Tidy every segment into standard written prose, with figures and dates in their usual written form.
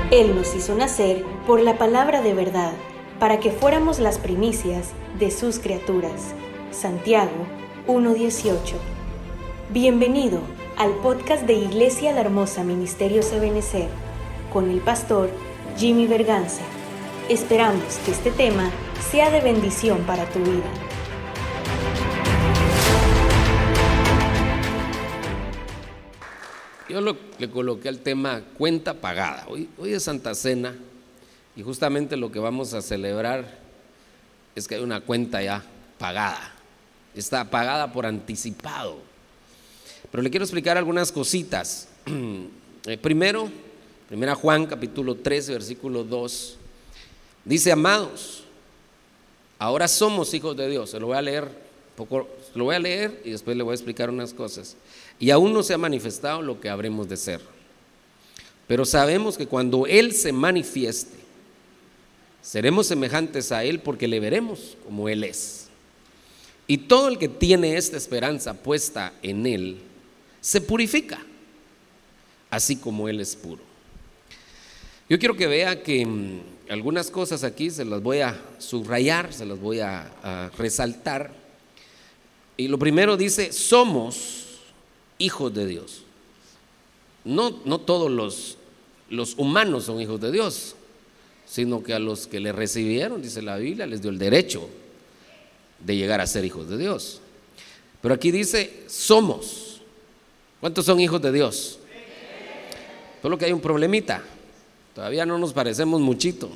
Él nos hizo nacer por la palabra de verdad, para que fuéramos las primicias de sus criaturas. Santiago 1:18. Bienvenido al podcast de Iglesia La Hermosa Ministerios Ebenecer, con el pastor Jimmy Berganza. Esperamos que este tema sea de bendición para tu vida. Yo le coloqué al tema cuenta pagada. Hoy es Santa Cena y justamente lo que vamos a celebrar es que hay una cuenta ya pagada. Está pagada por anticipado. Pero le quiero explicar algunas cositas. Primero, 1 Juan capítulo 13, versículo 2, dice: amados, ahora somos hijos de Dios. Se lo voy a leer y después le voy a explicar unas cosas. Y aún no se ha manifestado lo que habremos de ser, pero sabemos que cuando Él se manifieste, seremos semejantes a Él, porque le veremos como Él es. Y todo el que tiene esta esperanza puesta en Él se purifica, así como Él es puro. Yo quiero que vea que algunas cosas aquí se las voy a subrayar, se las voy a resaltar. Y lo primero dice: somos hijos de Dios. No todos los humanos son hijos de Dios, sino que a los que le recibieron, dice la Biblia, les dio el derecho de llegar a ser hijos de Dios. Pero aquí dice somos. ¿Cuántos son hijos de Dios? Solo que hay un problemita. Todavía no nos parecemos muchito,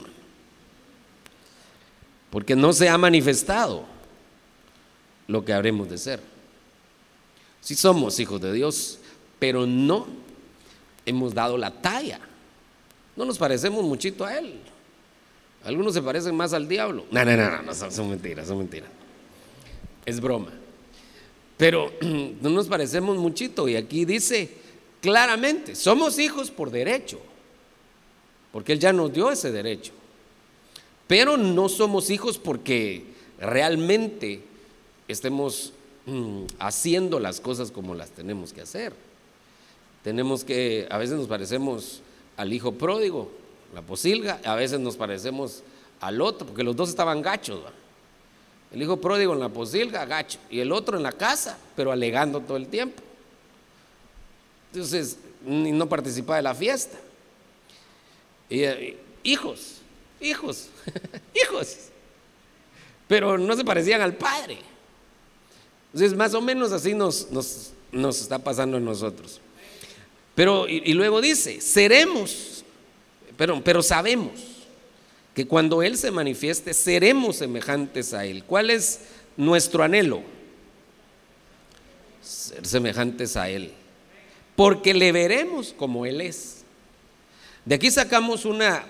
porque no se ha manifestado lo que habremos de ser. Sí somos hijos de Dios, pero no hemos dado la talla. No nos parecemos muchito a Él. Algunos se parecen más al diablo. No, son mentiras. Es broma. Pero no nos parecemos muchito. Y aquí dice claramente: somos hijos por derecho, porque Él ya nos dio ese derecho. Pero no somos hijos porque realmente estemos haciendo las cosas como las tenemos que hacer. A veces nos parecemos al hijo pródigo, la pocilga, a veces nos parecemos al otro, porque los dos estaban gachos, ¿va? El hijo pródigo en la pocilga, gacho, y el otro en la casa, pero alegando todo el tiempo. Entonces, no participaba de la fiesta. Hijos, pero no se parecían al padre. Entonces, más o menos así nos está pasando a nosotros. Pero y luego dice: seremos, pero sabemos que cuando Él se manifieste, seremos semejantes a Él. ¿Cuál es nuestro anhelo? Ser semejantes a Él, porque le veremos como Él es. De aquí sacamos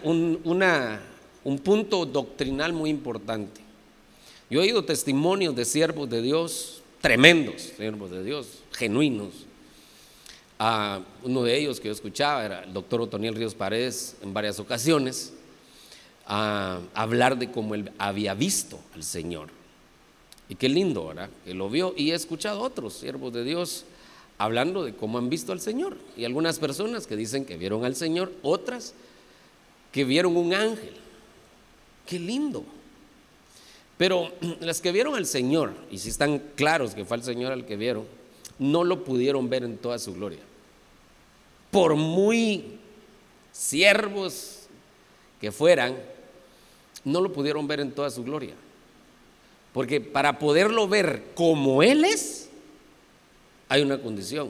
un punto doctrinal muy importante. Yo he oído testimonios de siervos de Dios, tremendos siervos de Dios, genuinos. Uno de ellos que yo escuchaba era el doctor Otoniel Ríos Paredes, en varias ocasiones, hablar de cómo él había visto al Señor. Y qué lindo, ¿verdad?, que lo vio. Y he escuchado a otros siervos de Dios hablando de cómo han visto al Señor. Y algunas personas que dicen que vieron al Señor, otras que vieron un ángel. Qué lindo. Pero las que vieron al Señor, y si están claros que fue al Señor al que vieron, no lo pudieron ver en toda su gloria. Por muy siervos que fueran, no lo pudieron ver en toda su gloria. Porque para poderlo ver como Él es, hay una condición.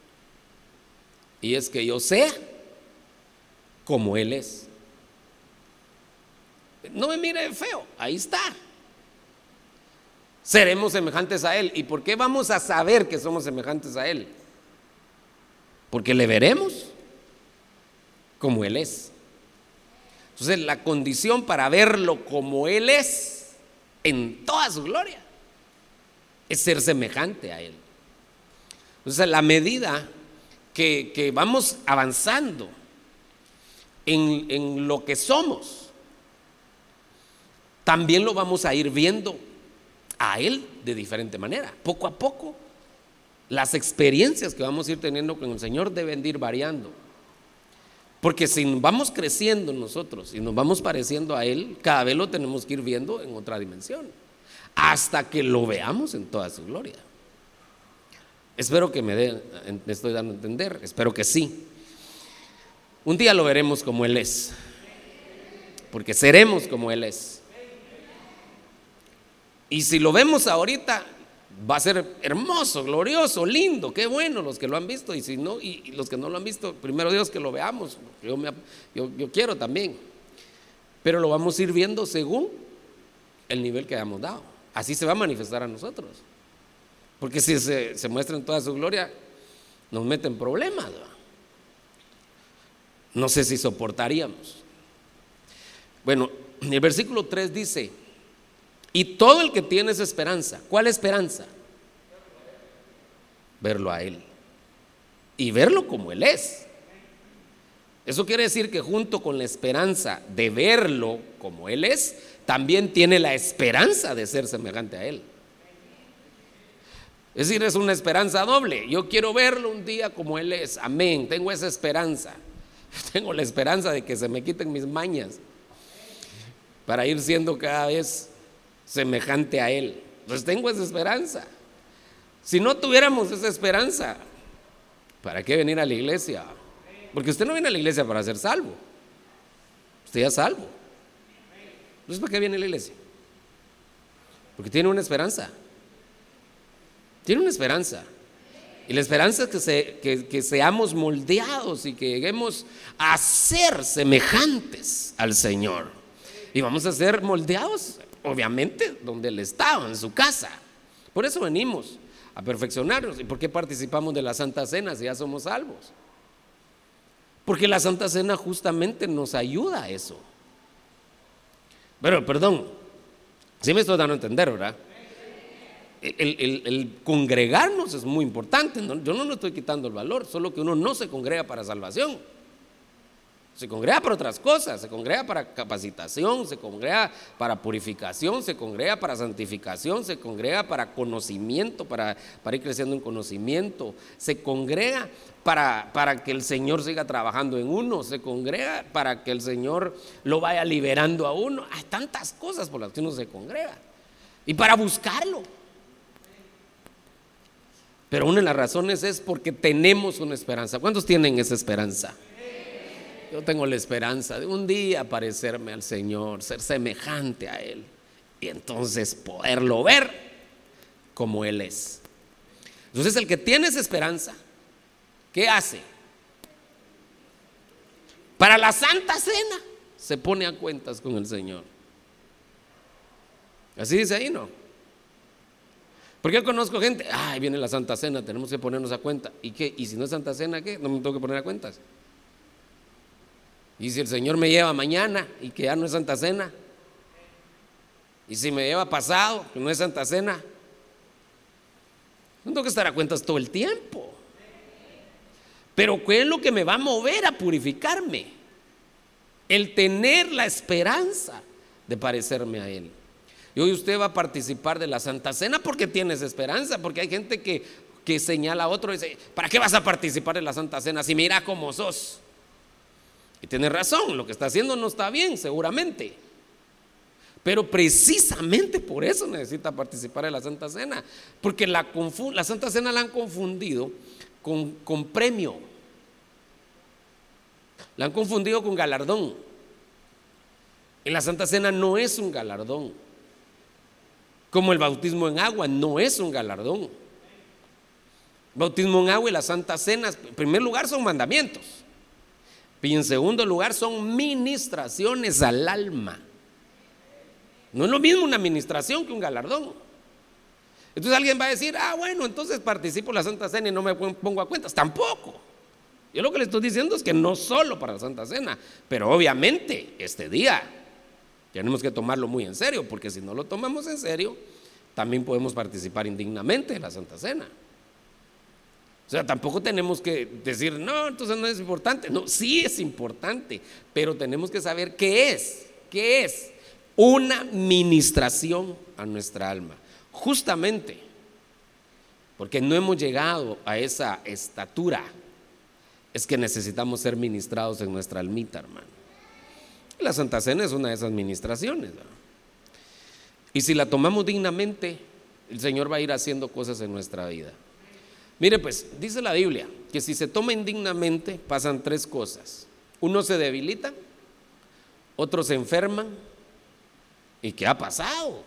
Y es que yo sea como Él es. No me mire feo, ahí está. Seremos semejantes a Él. ¿Y por qué vamos a saber que somos semejantes a Él? Porque le veremos como Él es. Entonces, la condición para verlo como Él es en toda su gloria es ser semejante a Él. Entonces, a la medida que vamos avanzando en lo que somos, también lo vamos a ir viendo a Él de diferente manera. Poco a poco, las experiencias que vamos a ir teniendo con el Señor deben de ir variando. Porque si vamos creciendo nosotros y nos vamos pareciendo a Él, cada vez lo tenemos que ir viendo en otra dimensión, hasta que lo veamos en toda su gloria. Espero que me estoy dando a entender, espero que sí. Un día lo veremos como Él es, porque seremos como Él es. Y si lo vemos ahorita, va a ser hermoso, glorioso, lindo, qué bueno los que lo han visto. Y si no, y los que no lo han visto, primero Dios que lo veamos. Yo quiero también, pero lo vamos a ir viendo según el nivel que hayamos dado. Así se va a manifestar a nosotros, porque si se muestra en toda su gloria, nos mete en problemas, ¿no? No sé si soportaríamos. Bueno, el versículo 3 dice: y todo el que tiene esa esperanza. ¿Cuál esperanza? Verlo a Él y verlo como Él es. Eso quiere decir que junto con la esperanza de verlo como Él es, también tiene la esperanza de ser semejante a Él. Es decir, es una esperanza doble. Yo quiero verlo un día como Él es. Amén, tengo esa esperanza. Tengo la esperanza de que se me quiten mis mañas para ir siendo cada vez semejante a Él. Pues tengo esa esperanza. Si no tuviéramos esa esperanza, ¿para qué venir a la iglesia? Porque usted no viene a la iglesia para ser salvo. Usted ya es salvo. Entonces, ¿para qué viene a la iglesia? Porque tiene una esperanza. Tiene una esperanza. Y la esperanza es que seamos moldeados y que lleguemos a ser semejantes al Señor. Y vamos a ser moldeados, obviamente, donde Él estaba, en su casa. Por eso venimos a perfeccionarnos. ¿Y por qué participamos de la Santa Cena si ya somos salvos? Porque la Santa Cena justamente nos ayuda a eso. Pero, perdón, sí me estoy dando a entender, ¿verdad? El congregarnos es muy importante, ¿no? Yo no le estoy quitando el valor, solo que uno no se congrega para salvación. Se congrega para otras cosas, se congrega para capacitación, se congrega para purificación, se congrega para santificación, se congrega para conocimiento, para ir creciendo en conocimiento, se congrega para que el Señor siga trabajando en uno, se congrega para que el Señor lo vaya liberando a uno. Hay tantas cosas por las que uno se congrega y para buscarlo. Pero una de las razones es porque tenemos una esperanza. ¿Cuántos tienen esa esperanza? Yo tengo la esperanza de un día parecerme al Señor, ser semejante a Él y entonces poderlo ver como Él es. Entonces el que tiene esa esperanza, ¿qué hace? Para la Santa Cena se pone a cuentas con el Señor. Así dice ahí, ¿no? Porque yo conozco gente, ay, viene la Santa Cena, tenemos que ponernos a cuenta. ¿Y qué? ¿Y si no es Santa Cena, qué? No me tengo que poner a cuentas. ¿Y si el Señor me lleva mañana y que ya no es Santa Cena? ¿Y si me lleva pasado, que no es Santa Cena? No tengo que estar a cuentas todo el tiempo. Pero ¿qué es lo que me va a mover a purificarme? El tener la esperanza de parecerme a Él. Y hoy usted va a participar de la Santa Cena porque tiene esa esperanza. Porque hay gente que señala a otro y dice: ¿para qué vas a participar de la Santa Cena si mira cómo sos? Y tiene razón, lo que está haciendo no está bien, seguramente. Pero precisamente por eso necesita participar de la Santa Cena. Porque la Santa Cena la han confundido con premio. La han confundido con galardón. Y la Santa Cena no es un galardón. Como el bautismo en agua no es un galardón. Bautismo en agua y la Santa Cena, en primer lugar, son mandamientos. Y en segundo lugar, son ministraciones al alma. No es lo mismo una ministración que un galardón. Entonces alguien va a decir: ah, bueno, entonces participo en la Santa Cena y no me pongo a cuentas. Tampoco. Yo lo que le estoy diciendo es que no solo para la Santa Cena, pero obviamente este día tenemos que tomarlo muy en serio, porque si no lo tomamos en serio, también podemos participar indignamente de la Santa Cena. O sea, tampoco tenemos que decir: no, entonces no es importante. No, sí es importante, pero tenemos que saber qué es una ministración a nuestra alma. Justamente porque no hemos llegado a esa estatura es que necesitamos ser ministrados en nuestra almita, hermano. La Santa Cena es una de esas ministraciones, ¿verdad? Y si la tomamos dignamente, el Señor va a ir haciendo cosas en nuestra vida. Mire, pues, dice la Biblia que si se toma indignamente pasan 3 cosas. Uno se debilita, otros se enferman. ¿Y qué ha pasado?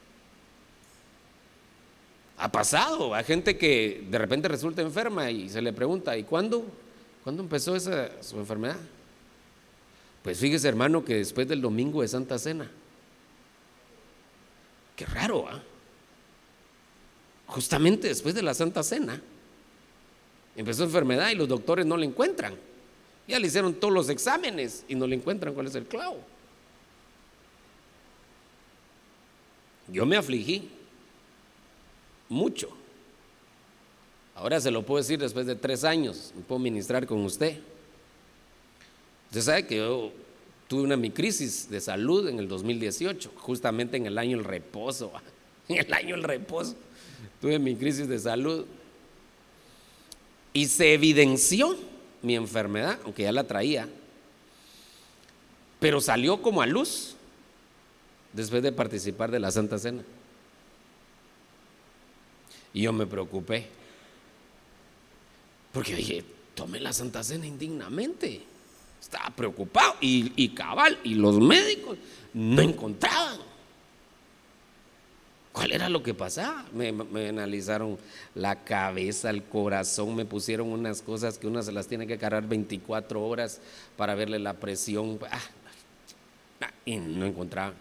Ha pasado. Hay gente que de repente resulta enferma y se le pregunta: ¿y cuándo empezó su enfermedad? Pues fíjese, hermano, que después del domingo de Santa Cena. Qué raro, ¿ah? Justamente después de la Santa Cena empezó enfermedad y los doctores no le encuentran. Ya le hicieron todos los exámenes y no le encuentran cuál es el clavo. Yo me afligí mucho. Ahora se lo puedo decir después de 3 años, me puedo ministrar con usted. Usted sabe que yo tuve una mi crisis de salud en el 2018, justamente en el año del reposo. En el año del reposo tuve mi crisis de salud y se evidenció mi enfermedad, aunque ya la traía, pero salió como a luz después de participar de la Santa Cena. Y yo me preocupé, porque dije: tome la Santa Cena indignamente. Estaba preocupado y cabal, y los médicos no encontraban cuál era lo que pasaba. Me analizaron la cabeza, el corazón, me pusieron unas cosas que uno se las tiene que cargar 24 horas para verle la presión. Y no encontraban.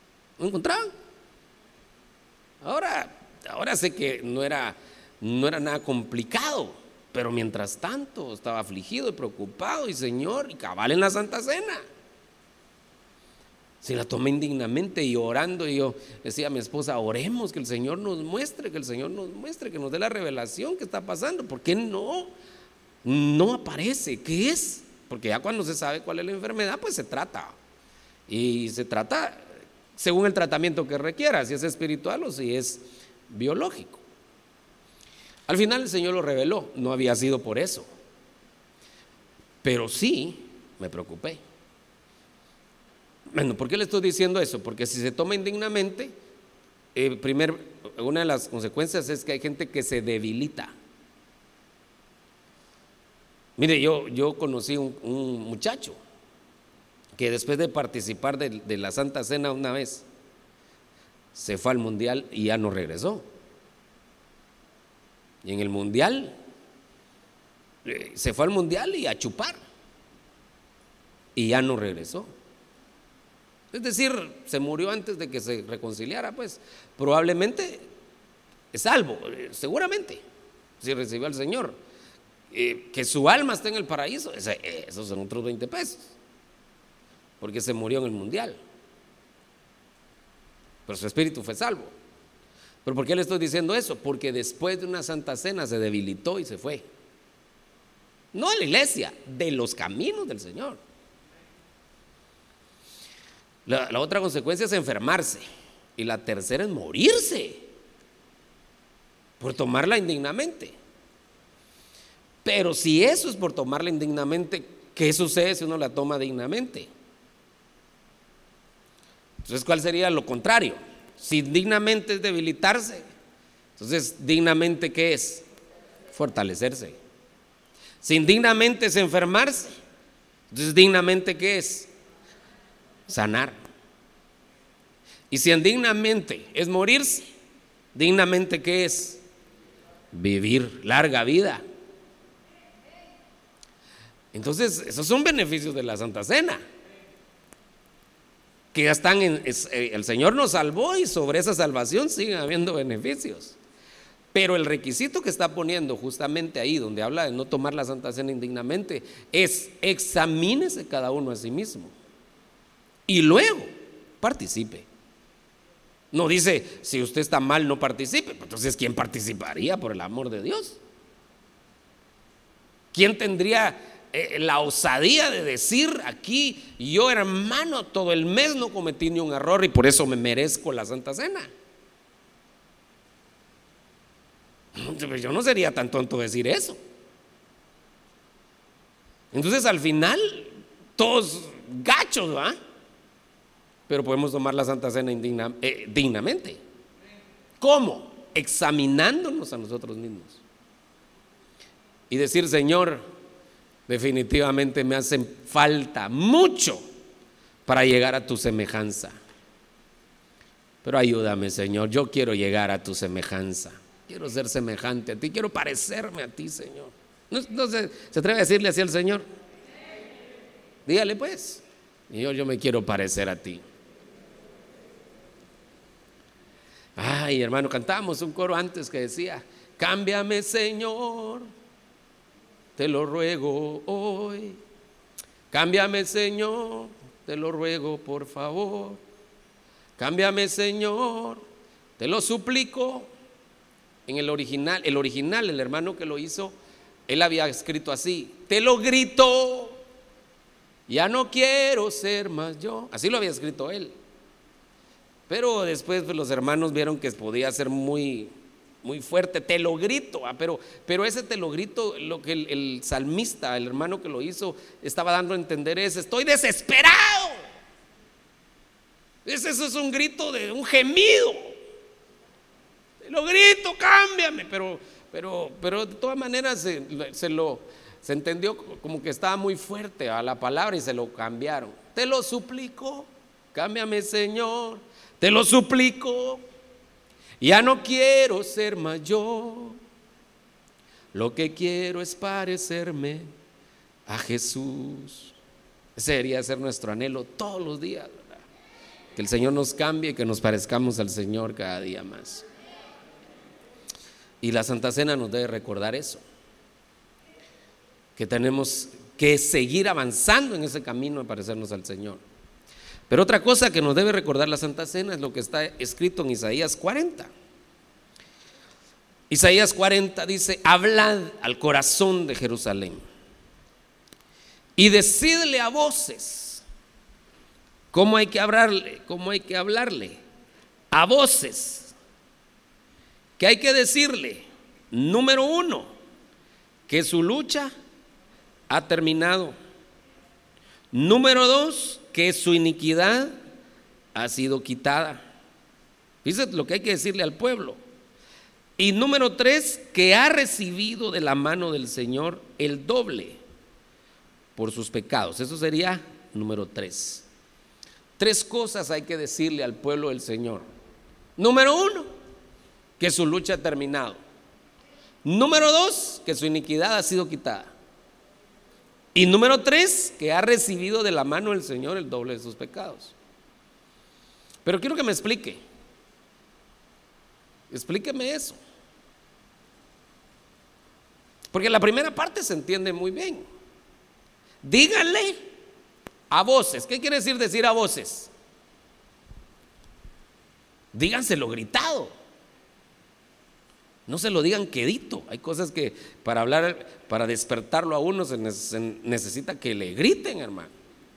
Ahora sé que no era nada complicado, pero mientras tanto estaba afligido y preocupado, y Señor, y cabal en la Santa Cena. Si la tomé indignamente y orando, y yo decía a mi esposa: oremos que el Señor nos muestre, que nos dé la revelación que está pasando. ¿Por qué no aparece? ¿Qué es? Porque ya cuando se sabe cuál es la enfermedad, pues se trata. Y se trata según el tratamiento que requiera, si es espiritual o si es biológico. Al final el Señor lo reveló, no había sido por eso, pero sí me preocupé. Bueno, ¿por qué le estoy diciendo eso? Porque si se toma indignamente, una de las consecuencias es que hay gente que se debilita. Mire, yo conocí un muchacho que después de participar de la Santa Cena una vez, se fue al mundial y ya no regresó. Y en el mundial, se fue al mundial y a chupar, y ya no regresó. Es decir, se murió antes de que se reconciliara, pues probablemente es salvo, seguramente, si recibió al Señor. Que su alma esté en el paraíso, esos son otros 20 pesos, porque se murió en el mundial, pero su espíritu fue salvo. ¿Pero por qué le estoy diciendo eso? Porque después de una Santa Cena se debilitó y se fue. No de la iglesia, de los caminos del Señor. La otra consecuencia es enfermarse, y la tercera es morirse por tomarla indignamente. Pero si eso es por tomarla indignamente, ¿qué sucede si uno la toma dignamente? Entonces, ¿cuál sería lo contrario? Si dignamente es debilitarse, entonces dignamente ¿qué es? Fortalecerse. Si indignamente es enfermarse, entonces dignamente ¿qué es? Sanar. Y si indignamente es morirse, dignamente ¿qué es? Vivir larga vida. Entonces, esos son beneficios de la Santa Cena, que ya están el Señor nos salvó, y sobre esa salvación siguen habiendo beneficios. Pero el requisito que está poniendo justamente ahí, donde habla de no tomar la Santa Cena indignamente, es: examínese cada uno a sí mismo y luego participe. No dice: si usted está mal, no participe. Entonces, ¿quién participaría, por el amor de Dios? ¿Quién tendría la osadía de decir aquí: yo, hermano, todo el mes no cometí ni un error y por eso me merezco la Santa Cena? Yo no sería tan tonto decir eso. Entonces al final, todos gachos, ¿va? Pero podemos tomar la Santa Cena dignamente. ¿Cómo? Examinándonos a nosotros mismos y decir: Señor, definitivamente me hace falta mucho para llegar a tu semejanza, pero ayúdame, Señor, yo quiero llegar a tu semejanza, quiero ser semejante a ti, quiero parecerme a ti, Señor. ¿No se atreve a decirle así al Señor? Dígale pues: Señor, yo me quiero parecer a ti. Ay, hermano, cantábamos un coro antes que decía: cámbiame, Señor, te lo ruego hoy. Cámbiame, Señor, te lo ruego por favor. Cámbiame, Señor, te lo suplico. En el original, el hermano que lo hizo, él había escrito así: te lo grito, ya no quiero ser más yo. Así lo había escrito él. Pero después pues, los hermanos vieron que podía ser muy, muy fuerte. Te lo grito, pero ese te lo grito, lo que el salmista, el hermano que lo hizo, estaba dando a entender es: estoy desesperado. Eso es un grito, de un gemido. Te lo grito, cámbiame. Pero de todas maneras se entendió como que estaba muy fuerte a la palabra y se lo cambiaron. Te lo suplico, cámbiame, Señor, te lo suplico, ya no quiero ser más yo, lo que quiero es parecerme a Jesús. Ese debería ser nuestro anhelo todos los días, ¿verdad? Que el Señor nos cambie y que nos parezcamos al Señor cada día más. Y la Santa Cena nos debe recordar eso, que tenemos que seguir avanzando en ese camino de parecernos al Señor. Pero otra cosa que nos debe recordar la Santa Cena es lo que está escrito en Isaías 40. Isaías 40 dice: hablad al corazón de Jerusalén y decidle a voces. ¿Cómo hay que hablarle? ¿Cómo hay que hablarle? A voces. ¿Qué hay que decirle? Número 1, que su lucha ha terminado. Número 2, que su iniquidad ha sido quitada. Fíjate lo que hay que decirle al pueblo. Y número 3, que ha recibido de la mano del Señor el doble por sus pecados. Eso sería número 3. 3 cosas hay que decirle al pueblo del Señor. Número 1, que su lucha ha terminado. Número 2, que su iniquidad ha sido quitada. Y número 3, que ha recibido de la mano del Señor el doble de sus pecados. Pero quiero que me explique. Explíqueme eso. Porque la primera parte se entiende muy bien. Díganle a voces. ¿Qué quiere decir a voces? Díganselo gritado. No se lo digan quedito. Hay cosas que para hablar, para despertarlo a uno se necesita que le griten, hermano.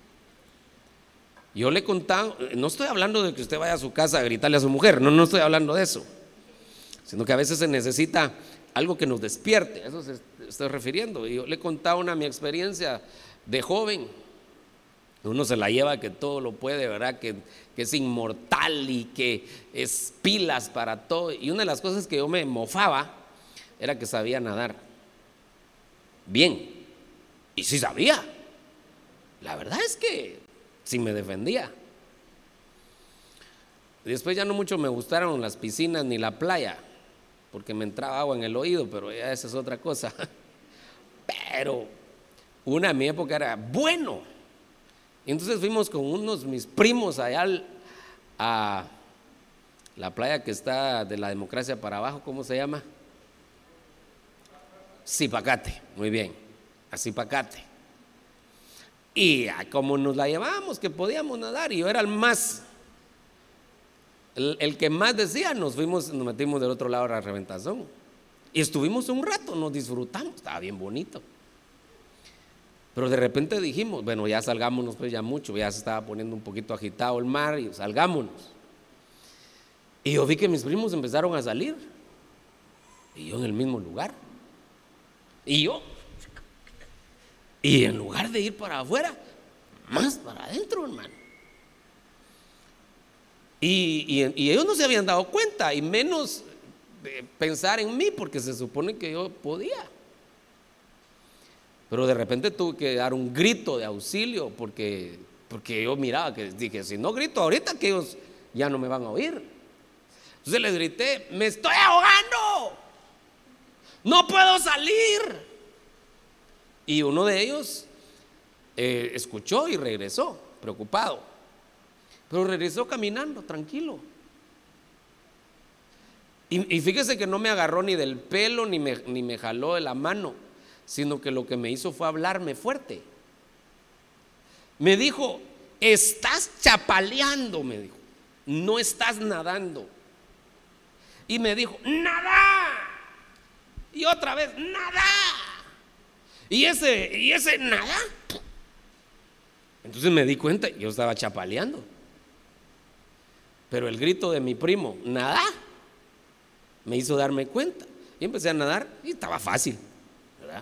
Yo le he contado, no estoy hablando de que usted vaya a su casa a gritarle a su mujer, no estoy hablando de eso, sino que a veces se necesita algo que nos despierte. A eso se estoy refiriendo. Y yo le he contado mi experiencia de joven. Uno se la lleva que todo lo puede, ¿verdad? Que es inmortal y que es pilas para todo. Y una de las cosas que yo me mofaba era que sabía nadar bien. Y sí sabía. La verdad es que sí me defendía. Después ya no mucho me gustaron las piscinas ni la playa, porque me entraba agua en el oído, pero ya esa es otra cosa. Pero una en mi época era bueno. Entonces fuimos con mis primos allá a la playa que está de la Democracia para abajo, ¿cómo se llama? Zipacate, muy bien, a Zipacate. Y como nos la llevábamos, que podíamos nadar, y yo era el que más decía, nos metimos del otro lado de la Reventazón. Y estuvimos un rato, nos disfrutamos, estaba bien bonito. Pero de repente dijimos, bueno, ya salgámonos, pues ya mucho, ya se estaba poniendo un poquito agitado el mar y salgámonos. Y yo vi que mis primos empezaron a salir y yo en el mismo lugar. Y yo Y en lugar de ir para afuera, más para adentro, hermano. Y ellos no se habían dado cuenta, y menos pensar en mí, porque se supone que yo podía. Pero de repente tuve que dar un grito de auxilio, porque yo miraba que dije, si no grito ahorita, que ellos ya no me van a oír. Entonces les grité, me estoy ahogando, no puedo salir. Y uno de ellos escuchó y regresó, preocupado. Pero regresó caminando, tranquilo. Y fíjese que no me agarró ni del pelo, ni me jaló de la mano, sino que lo que me hizo fue hablarme fuerte. Me dijo, estás chapaleando, me dijo, no estás nadando. Y me dijo, nada. Y otra vez, nada. Y ese nada. Entonces me di cuenta, yo estaba chapaleando. Pero el grito de mi primo, nada, me hizo darme cuenta. Y empecé a nadar y estaba fácil, ¿verdad?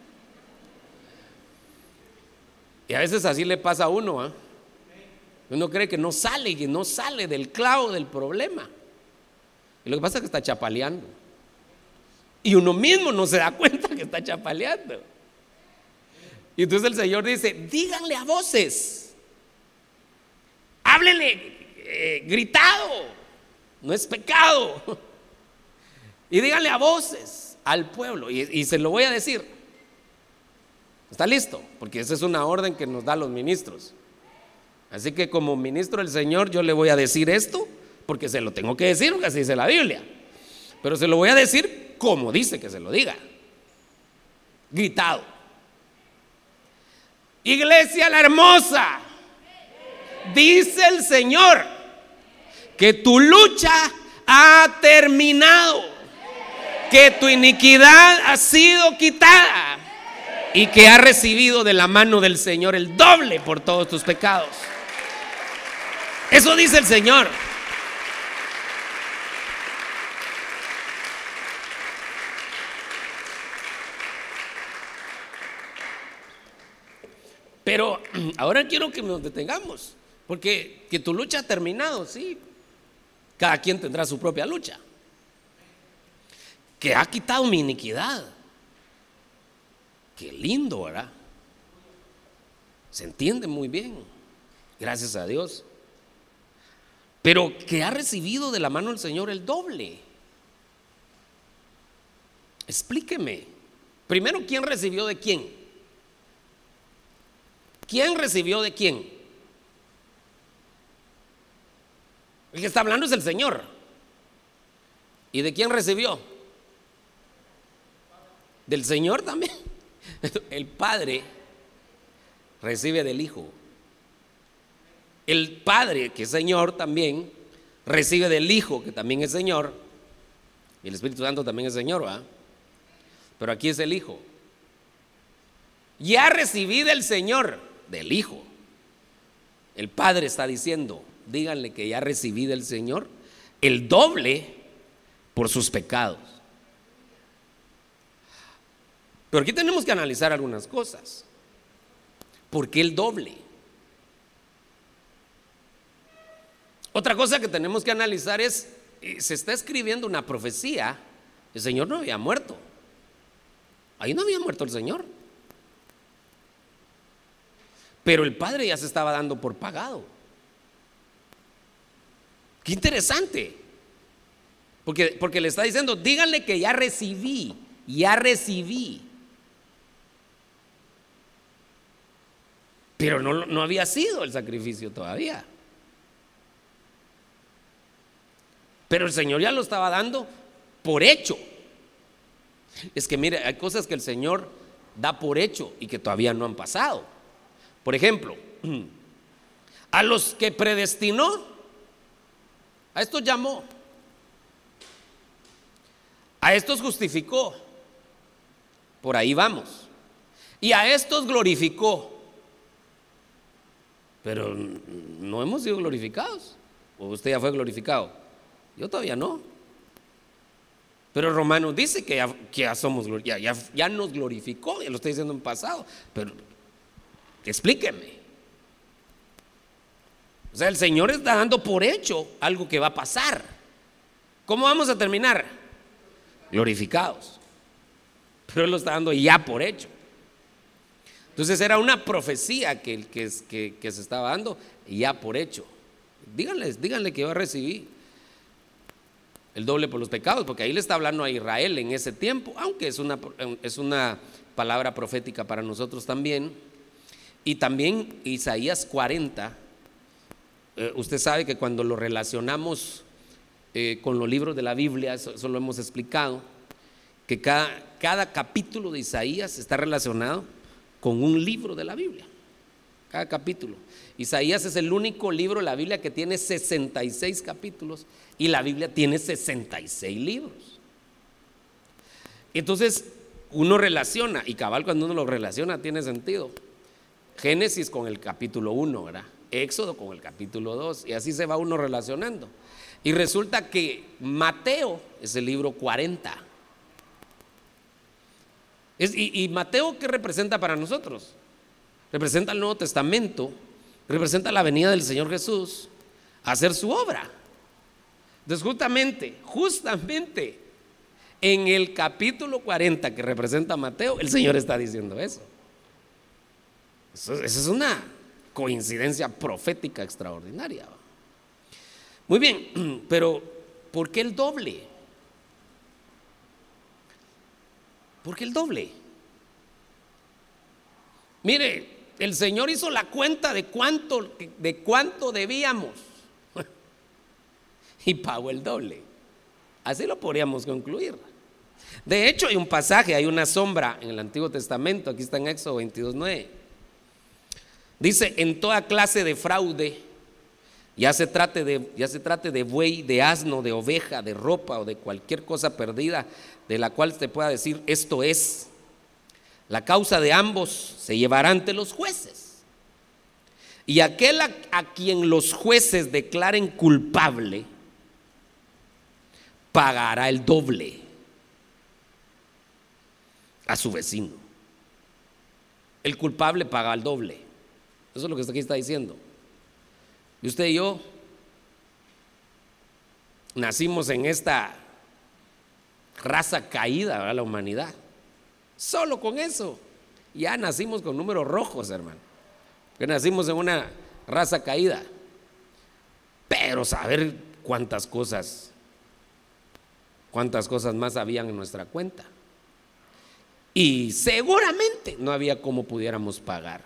Y a veces así le pasa a uno, ¿eh? Uno cree que no sale del clavo del problema. Y lo que pasa es que está chapaleando. Y uno mismo no se da cuenta que está chapaleando. Y entonces el Señor dice, díganle a voces, háblenle gritado, no es pecado. Y díganle a voces al pueblo, y se lo voy a decir. ¿Está listo? Porque esa es una orden que nos da los ministros. Así que como ministro del Señor yo le voy a decir esto, porque se lo tengo que decir, porque así dice la Biblia. Pero se lo voy a decir como dice que se lo diga, gritado. Iglesia la hermosa, dice el Señor que tu lucha ha terminado, que tu iniquidad ha sido quitada y que has recibido de la mano del Señor el doble por todos tus pecados. Eso dice el Señor. Pero ahora quiero que nos detengamos, porque que tu lucha ha terminado, sí. Cada quien tendrá su propia lucha. Que ha quitado mi iniquidad. Qué lindo, ¿verdad? Se entiende muy bien, gracias a Dios. Pero que ha recibido de la mano del Señor el doble. Explíqueme. Primero, ¿quién recibió de quién? ¿Quién recibió de quién? El que está hablando es el Señor. ¿Y de quién recibió? Del Señor también. El Padre recibe del Hijo. El Padre, que es Señor también, recibe del Hijo, que también es Señor. Y el Espíritu Santo también es Señor, ¿va? Pero aquí es el Hijo. Ya recibí del Señor, del Hijo. El Padre está diciendo, díganle que ya recibí del Señor el doble por sus pecados. Pero aquí tenemos que analizar algunas cosas. ¿Por qué el doble? Otra cosa que tenemos que analizar es, se está escribiendo una profecía. El Señor no había muerto. Ahí no había muerto el Señor. Pero el Padre ya se estaba dando por pagado. Qué interesante. Porque le está diciendo, díganle que ya recibí. Pero no había sido el sacrificio todavía. Pero el Señor ya lo estaba dando por hecho. Es que mire, hay cosas que el Señor da por hecho y que todavía no han pasado. Por ejemplo, a los que predestinó, a estos llamó, a estos justificó, por ahí vamos, y a estos glorificó. Pero no hemos sido glorificados. ¿O usted ya fue glorificado? Yo todavía no. Pero Romanos dice que ya somos, ya nos glorificó, ya lo estoy diciendo en pasado. Pero explíqueme. O sea, el Señor está dando por hecho algo que va a pasar. ¿Cómo vamos a terminar? Glorificados. Pero Él lo está dando ya por hecho. Entonces era una profecía que se estaba dando ya por hecho. Díganle que va a recibir el doble por los pecados, porque ahí le está hablando a Israel en ese tiempo, aunque es una palabra profética para nosotros también. Y también Isaías 40, usted sabe que cuando lo relacionamos con los libros de la Biblia, eso lo hemos explicado, que cada capítulo de Isaías está relacionado con un libro de la Biblia, cada capítulo. Isaías es el único libro de la Biblia que tiene 66 capítulos y la Biblia tiene 66 libros. Entonces uno relaciona, y cabal cuando uno lo relaciona tiene sentido. Génesis con el capítulo 1, ¿verdad? Éxodo con el capítulo 2, y así se va uno relacionando. Y resulta que Mateo es el libro 40. Y Mateo, ¿qué representa para nosotros? Representa el Nuevo Testamento, representa la venida del Señor Jesús a hacer su obra. Entonces justamente en el capítulo 40 que representa a Mateo, el Señor está diciendo eso. Esa es una coincidencia profética extraordinaria. Muy bien, pero ¿por qué el doble? ¿Por qué el doble? Mire, el Señor hizo la cuenta de cuánto debíamos y pagó el doble. Así lo podríamos concluir. De hecho, hay un pasaje, hay una sombra en el Antiguo Testamento, aquí está en Éxodo 22:9. Dice: en toda clase de fraude, ya se trate de buey, de asno, de oveja, de ropa o de cualquier cosa perdida, de la cual te pueda decir esto es, la causa de ambos se llevará ante los jueces. Y aquel a quien los jueces declaren culpable pagará el doble a su vecino. El culpable paga el doble. Eso es lo que aquí está diciendo. Y usted y yo nacimos en esta raza caída, ¿verdad? La humanidad. Solo con eso ya nacimos con números rojos, hermano, que nacimos en una raza caída. Pero saber cuántas cosas más habían en nuestra cuenta, y seguramente no había cómo pudiéramos pagar,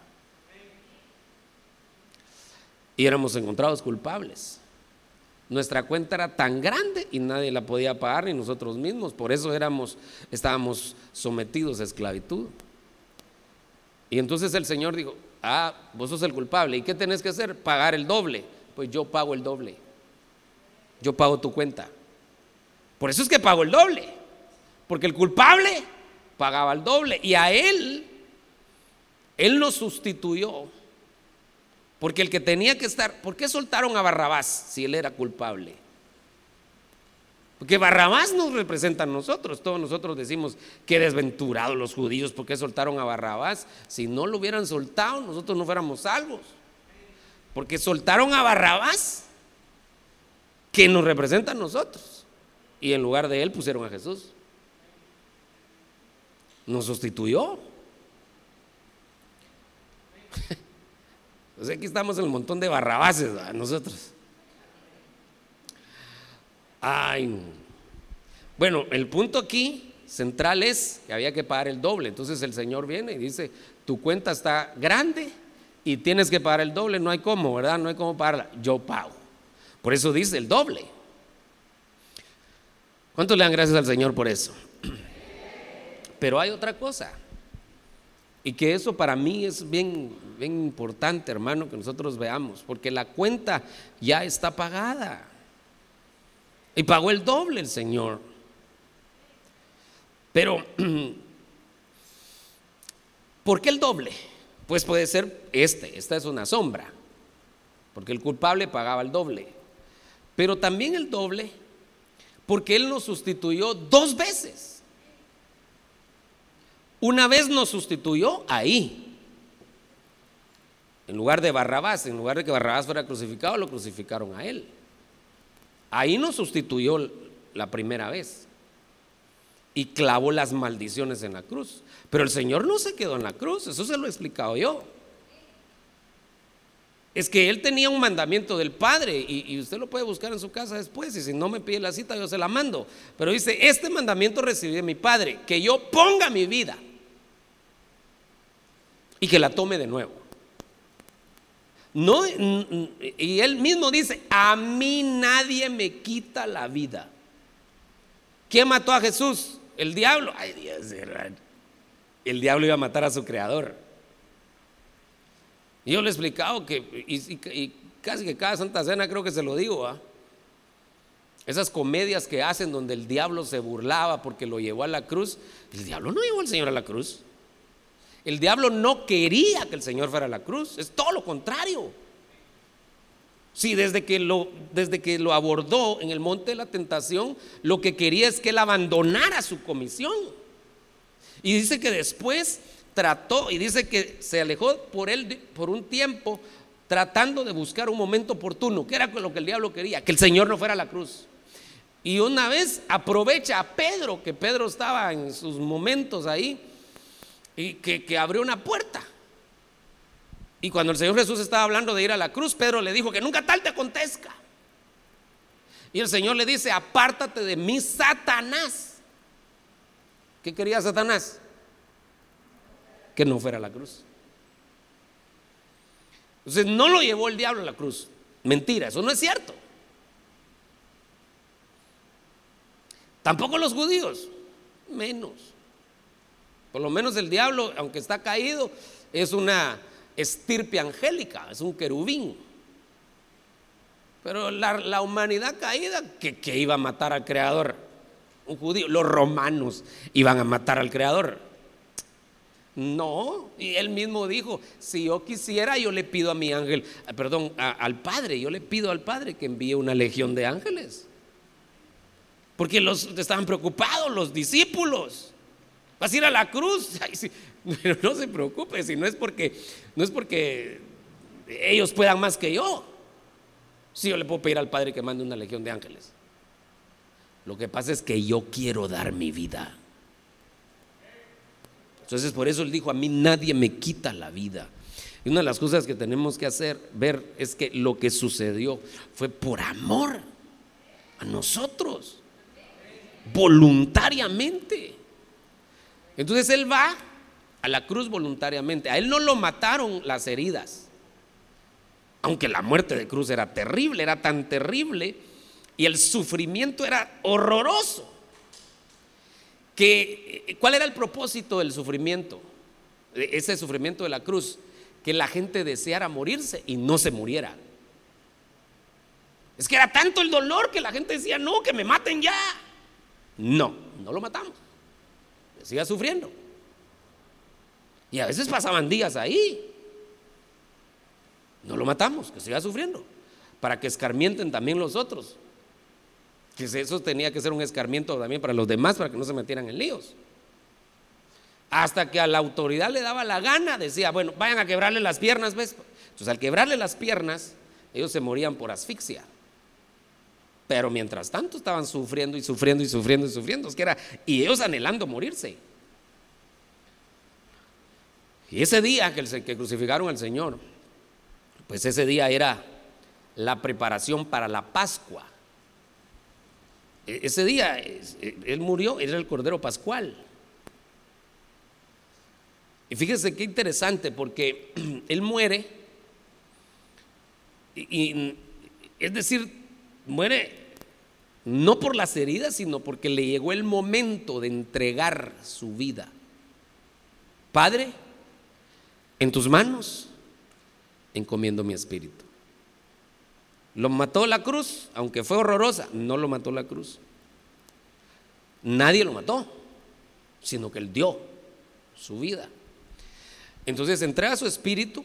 y éramos encontrados culpables. Nuestra cuenta era tan grande y nadie la podía pagar, ni nosotros mismos. Por eso estábamos sometidos a esclavitud. Y entonces el Señor dijo: vos sos el culpable, ¿y qué tenés que hacer? Pagar el doble. Pues yo pago el doble, yo pago tu cuenta. Por eso es que pago el doble, porque el culpable pagaba el doble, y a Él nos sustituyó. Porque el que tenía que estar, ¿por qué soltaron a Barrabás si él era culpable? Porque Barrabás nos representa a nosotros. Todos nosotros decimos: qué desventurados los judíos, ¿por qué soltaron a Barrabás? Si no lo hubieran soltado, nosotros no fuéramos salvos. Porque soltaron a Barrabás, que nos representa a nosotros, y en lugar de él pusieron a Jesús. Nos sustituyó. O sea, aquí estamos en el montón de Barrabases, ¿verdad? Nosotros. Bueno, el punto aquí central es que había que pagar el doble. Entonces el Señor viene y dice: tu cuenta está grande y tienes que pagar el doble. No hay cómo, ¿verdad? No hay cómo pagarla. Yo pago. Por eso dice el doble. ¿Cuántos le dan gracias al Señor por eso? Pero hay otra cosa, y que eso para mí es bien importante, hermano, que nosotros veamos, porque la cuenta ya está pagada y pagó el doble el Señor. Pero ¿por qué el doble? Pues puede ser esta es una sombra, porque el culpable pagaba el doble, pero también el doble porque Él nos sustituyó 2 veces. Una vez nos sustituyó ahí, en lugar de Barrabás. En lugar de que Barrabás fuera crucificado, lo crucificaron a Él. Ahí nos sustituyó la primera vez y clavó las maldiciones en la cruz. Pero el Señor no se quedó en la cruz, eso se lo he explicado yo. Es que Él tenía un mandamiento del Padre, y usted lo puede buscar en su casa después, y si no me pide la cita yo se la mando. Pero dice: este mandamiento recibí de mi Padre, que yo ponga mi vida y que la tome de nuevo. No, y Él mismo dice: a mí nadie me quita la vida. ¿Quién mató a Jesús? El diablo. Ay, Dios, el diablo iba a matar a su creador. Y yo le he explicado que, y casi que cada Santa Cena creo que se lo digo, esas comedias que hacen donde el diablo se burlaba porque lo llevó a la cruz. El diablo no llevó al Señor a la cruz. El diablo no quería que el Señor fuera a la cruz, es todo lo contrario. Sí, desde que lo abordó en el monte de la tentación, lo que quería es que Él abandonara su comisión. Y dice que después trató, y dice que se alejó por él por un tiempo, tratando de buscar un momento oportuno, que era lo que el diablo quería, que el Señor no fuera a la cruz. Y una vez aprovecha a Pedro, que Pedro estaba en sus momentos ahí, y que abrió una puerta. Y cuando el Señor Jesús estaba hablando de ir a la cruz, Pedro le dijo: que nunca tal te acontezca. Y el Señor le dice: apártate de mí, Satanás. ¿Qué quería Satanás? Que no fuera a la cruz. Entonces no lo llevó el diablo a la cruz. Mentira, eso no es cierto. Tampoco los judíos, menos. Por lo menos el diablo, aunque está caído, es una estirpe angélica, es un querubín. Pero la humanidad caída, que iba a matar al creador. Un judío, los romanos iban a matar al creador. No, y él mismo dijo: si yo quisiera, yo le pido a mi ángel, al Padre, yo le pido al Padre que envíe una legión de ángeles. Porque estaban preocupados los discípulos. ¿Vas a ir a la cruz? Ay, sí. Pero no se preocupe, si no es porque ellos puedan más que yo. Sí, yo le puedo pedir al Padre que mande una legión de ángeles. Lo que pasa es que yo quiero dar mi vida. Entonces por eso Él dijo: a mí nadie me quita la vida. Y una de las cosas que tenemos que ver es que lo que sucedió fue por amor a nosotros, voluntariamente. Entonces Él va a la cruz voluntariamente. A Él no lo mataron las heridas, aunque la muerte de cruz era terrible, era tan terrible, y el sufrimiento era horroroso. ¿Cuál era el propósito del sufrimiento? Ese sufrimiento de la cruz, que la gente deseara morirse y no se muriera. Es que era tanto el dolor que la gente decía: no, que me maten ya. No lo matamos, que siga sufriendo. Y a veces pasaban días ahí. No lo matamos, que siga sufriendo, para que escarmienten también los otros. Que eso tenía que ser un escarmiento también para los demás, para que no se metieran en líos. Hasta que a la autoridad le daba la gana, decía: bueno, vayan a quebrarle las piernas, ¿ves? Entonces al quebrarle las piernas, ellos se morían por asfixia. Pero mientras tanto estaban sufriendo y sufriendo y sufriendo y sufriendo. Y ellos anhelando morirse. Y ese día que crucificaron al Señor, pues ese día era la preparación para la Pascua. Ese día Él murió, era el Cordero Pascual. Y fíjese qué interesante, porque Él muere, es decir, muere no por las heridas, sino porque le llegó el momento de entregar su vida. Padre, en tus manos encomiendo mi espíritu. Lo mató la cruz, aunque fue horrorosa, no lo mató la cruz. Nadie lo mató, sino que Él dio su vida. Entonces entrega su espíritu,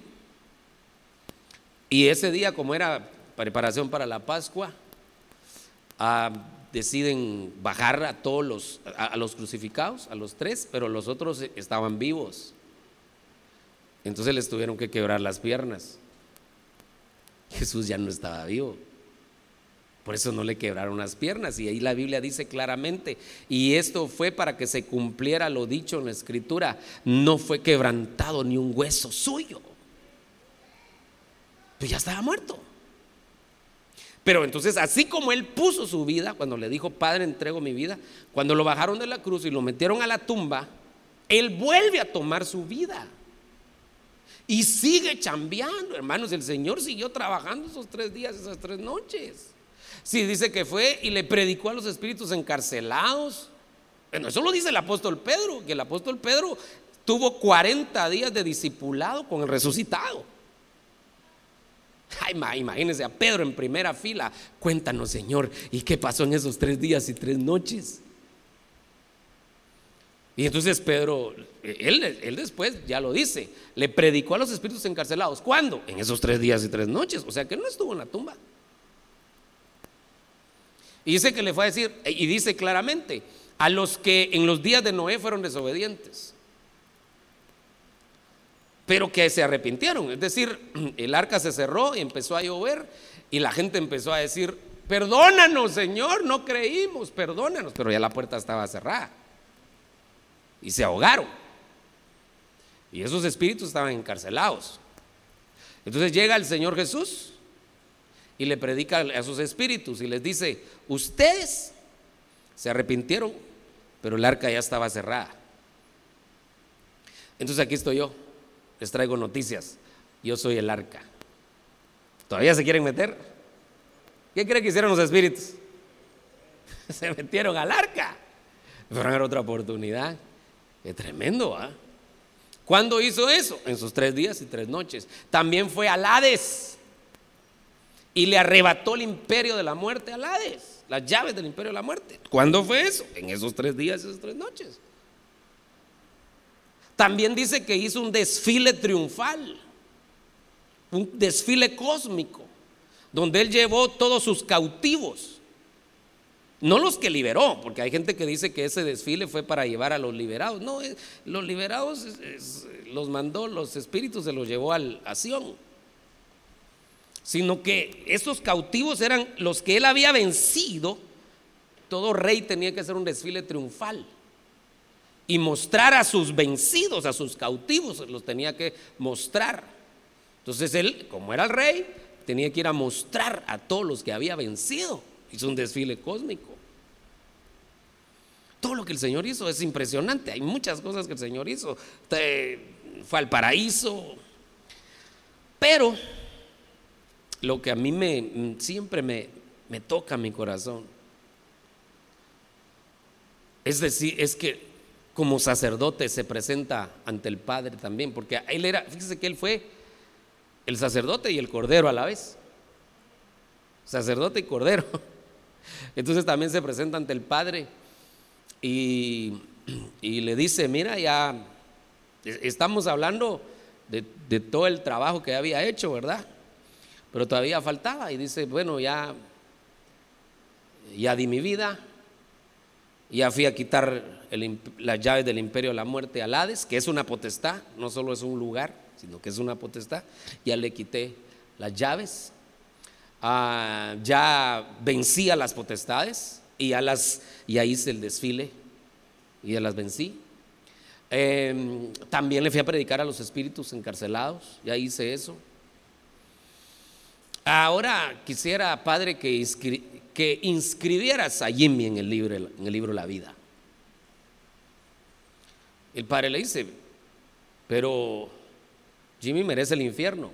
y ese día, como era preparación para la Pascua, deciden bajar a todos a los crucificados, a los 3, pero los otros estaban vivos. Entonces les tuvieron que quebrar las piernas. Jesús ya no estaba vivo, por eso no le quebraron las piernas. Y ahí la Biblia dice claramente: y esto fue para que se cumpliera lo dicho en la Escritura, no fue quebrantado ni un hueso suyo. Pues ya estaba muerto. Pero entonces, así como él puso su vida cuando le dijo: Padre, entrego mi vida, cuando lo bajaron de la cruz y lo metieron a la tumba, él vuelve a tomar su vida y sigue chambeando, hermanos. El Señor siguió trabajando esos 3 días, esas 3 noches. Sí, dice que fue y le predicó a los espíritus encarcelados. Bueno, eso lo dice el apóstol Pedro, que el apóstol Pedro tuvo 40 días de discipulado con el resucitado. Ay, imagínense a Pedro en primera fila: cuéntanos, Señor, ¿y qué pasó en esos 3 días y 3 noches? Y entonces Pedro, él después ya lo dice, le predicó a los espíritus encarcelados. ¿Cuándo? En esos 3 días y 3 noches. O sea que no estuvo en la tumba. Y dice que le fue a decir, y dice claramente: a los que en los días de Noé fueron desobedientes, pero que se arrepintieron. Es decir, el arca se cerró y empezó a llover, y la gente empezó a decir: perdónanos, Señor, no creímos, perdónanos. Pero ya la puerta estaba cerrada y se ahogaron, y esos espíritus estaban encarcelados. Entonces llega el Señor Jesús y le predica a esos espíritus y les dice: ustedes se arrepintieron, pero el arca ya estaba cerrada. Entonces aquí estoy yo, les traigo noticias. Yo soy el arca. ¿Todavía se quieren meter? ¿Qué creen que hicieron los espíritus? Se metieron al arca. Pero era otra oportunidad. Qué tremendo, ¿ah? ¿Cuándo hizo eso? En sus 3 días y 3 noches. También fue al Hades y le arrebató el imperio de la muerte al Hades, las llaves del imperio de la muerte. ¿Cuándo fue eso? En esos 3 días y esas 3 noches. También dice que hizo un desfile triunfal, un desfile cósmico, donde él llevó todos sus cautivos. No los que liberó, porque hay gente que dice que ese desfile fue para llevar a los liberados. No, los liberados los mandó, los espíritus se los llevó a Sión. Sino que esos cautivos eran los que él había vencido. Todo rey tenía que hacer un desfile triunfal y mostrar a sus vencidos, a sus cautivos, los tenía que mostrar. Entonces él, como era el rey, tenía que ir a mostrar a todos los que había vencido. Hizo un desfile cósmico. Todo lo que el Señor hizo es impresionante. Hay muchas cosas que el Señor hizo. Fue al paraíso. Pero lo que a mí siempre me toca mi corazón es decir, es que como sacerdote se presenta ante el Padre también, porque él era, fíjese que él fue el sacerdote y el cordero a la vez. Sacerdote y cordero. Entonces también se presenta ante el Padre y le dice: mira, ya estamos hablando de todo el trabajo que había hecho, ¿verdad? Pero todavía faltaba. Y dice: bueno, ya di mi vida, ya fui a quitar las llaves del imperio de la muerte al Hades, que es una potestad, no solo es un lugar, sino que es una potestad. Ya le quité las llaves. Ya vencí a las potestades y ya hice el desfile y ya las vencí. También le fui a predicar a los espíritus encarcelados, ya hice eso. Ahora quisiera, Padre, que inscribieras a Jimmy en el libro La Vida. El Padre le dice: pero Jimmy merece el infierno.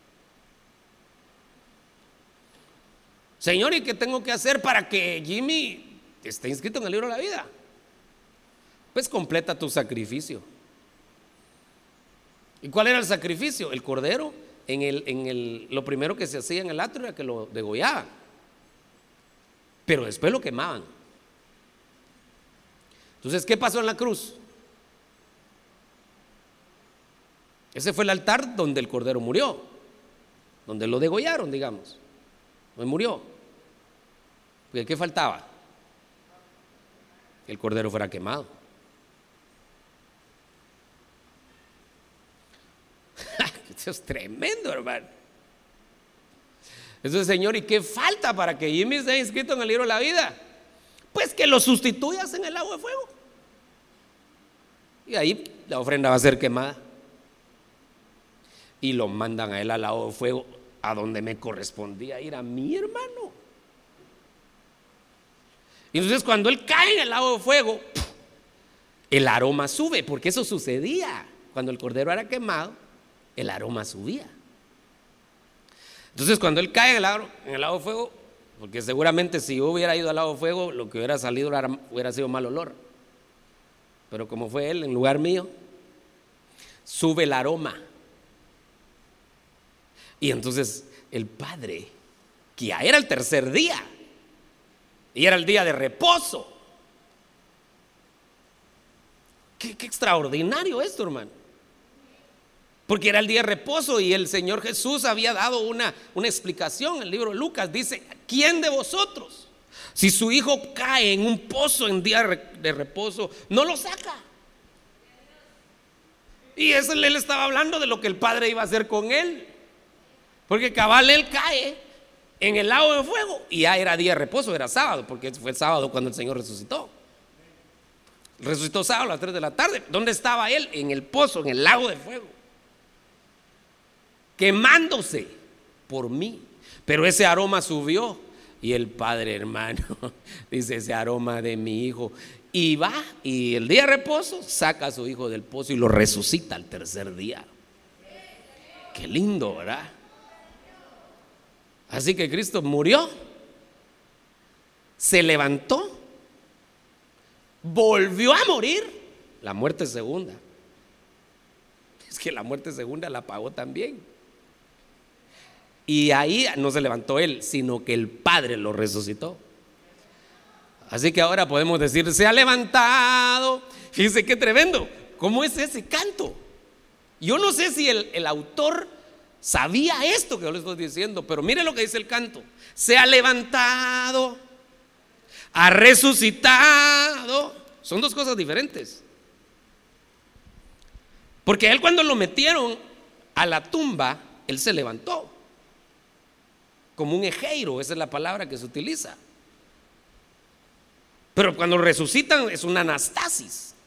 Señor, ¿y qué tengo que hacer para que Jimmy esté inscrito en el libro de la vida? Pues completa tu sacrificio. ¿Y cuál era el sacrificio? El cordero. Lo primero que se hacía en el atrio era que lo degollaban, pero después lo quemaban. Entonces, ¿qué pasó en la cruz? Ese fue el altar donde el cordero murió, donde lo degollaron, digamos, donde murió. Porque ¿qué faltaba? el cordero fuera quemado. Eso es tremendo, hermano. Entonces, Señor, ¿y qué falta para que Jimmy esté inscrito en el libro de la vida? Pues que lo sustituyas en el lago de fuego. Y ahí la ofrenda va a ser quemada. Y lo mandan a él al lago de fuego, a donde me correspondía ir a mi hermano. Y entonces cuando él cae en el lago de fuego, el aroma sube, porque eso sucedía. Cuando el cordero era quemado, el aroma subía. Entonces cuando él cae en el lago de fuego, porque seguramente si yo hubiera ido al lago de fuego, lo que hubiera salido hubiera sido mal olor. Pero como fue él en lugar mío, sube el aroma. Y entonces el padre, que ya era el tercer día, y era el día de reposo. Qué extraordinario esto, hermano. Porque era el día de reposo y el Señor Jesús había dado una explicación. El libro de Lucas dice: ¿quién de vosotros, si su hijo cae en un pozo en día de reposo, no lo saca? Y eso él estaba hablando de lo que el Padre iba a hacer con él. Porque cabal él cae en el lago de fuego y ya era día de reposo, era sábado, porque fue el sábado cuando el Señor resucitó. Resucitó sábado a las 3 de la tarde. ¿Dónde estaba él? En el pozo, en el lago de fuego, quemándose por mí. Pero ese aroma subió y el Padre, hermano, dice: ese aroma de mi hijo. Y va, y el día de reposo saca a su hijo del pozo y lo resucita al tercer día. Qué lindo, ¿verdad? Así que Cristo murió, se levantó, volvió a morir, la muerte segunda. Es que la muerte segunda la pagó también. Y ahí no se levantó él, sino que el Padre lo resucitó. Así que ahora podemos decir: se ha levantado. Fíjense qué tremendo. ¿Cómo es ese canto? Yo no sé si el autor sabía esto que yo le estoy diciendo, pero mire lo que dice el canto: se ha levantado, ha resucitado. Son dos cosas diferentes. Porque él, cuando lo metieron a la tumba, él se levantó como un ejeiro, esa es la palabra que se utiliza. Pero cuando resucitan es una anastasis.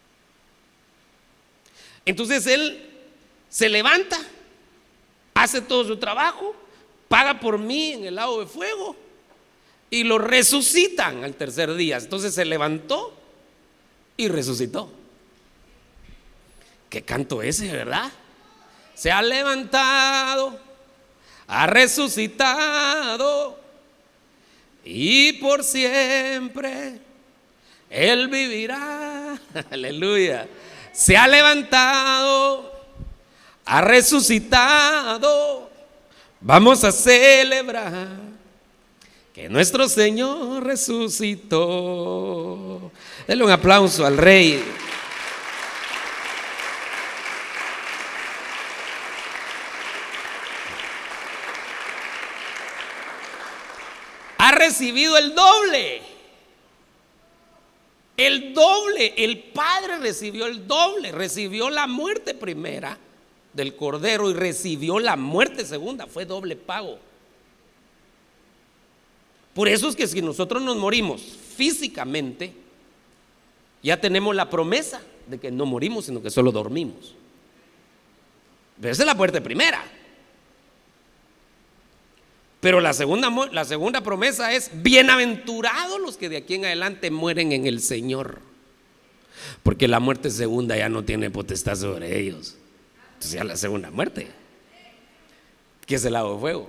Entonces él se levanta, hace todo su trabajo, paga por mí en el lago de fuego y lo resucitan al tercer día. Entonces se levantó y resucitó. Qué canto ese, ¿verdad? Se ha levantado, ha resucitado y por siempre Él vivirá. Aleluya. Se ha levantado, ha resucitado. Vamos a celebrar que nuestro Señor resucitó. Denle un aplauso al Rey. Ha recibido el doble. El doble. El Padre recibió el doble. Recibió la muerte primera del Cordero y recibió la muerte segunda. Fue doble pago. Por eso es que si nosotros nos morimos físicamente, ya tenemos la promesa de que no morimos, sino que solo dormimos. Pero esa es la muerte primera. Pero la segunda promesa es: bienaventurados los que de aquí en adelante mueren en el Señor, porque la muerte segunda ya no tiene potestad sobre ellos. Entonces ya la segunda muerte, que es el lago de fuego.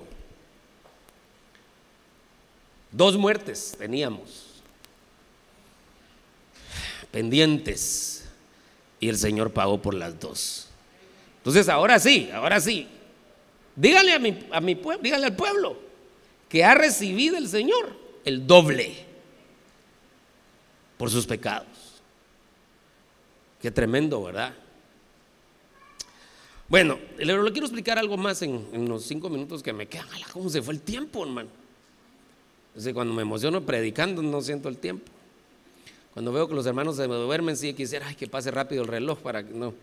Dos muertes teníamos pendientes y el Señor pagó por las dos. Entonces ahora sí, díganle a mi pueblo, díganle al pueblo que ha recibido el Señor el doble por sus pecados. Qué tremendo, ¿verdad? Bueno, le quiero explicar algo más en los 5 minutos que me quedan. ¿Cómo se fue el tiempo, hermano? Cuando me emociono predicando no siento el tiempo. Cuando veo que los hermanos se me duermen, sí quisiera que pase rápido el reloj para que no.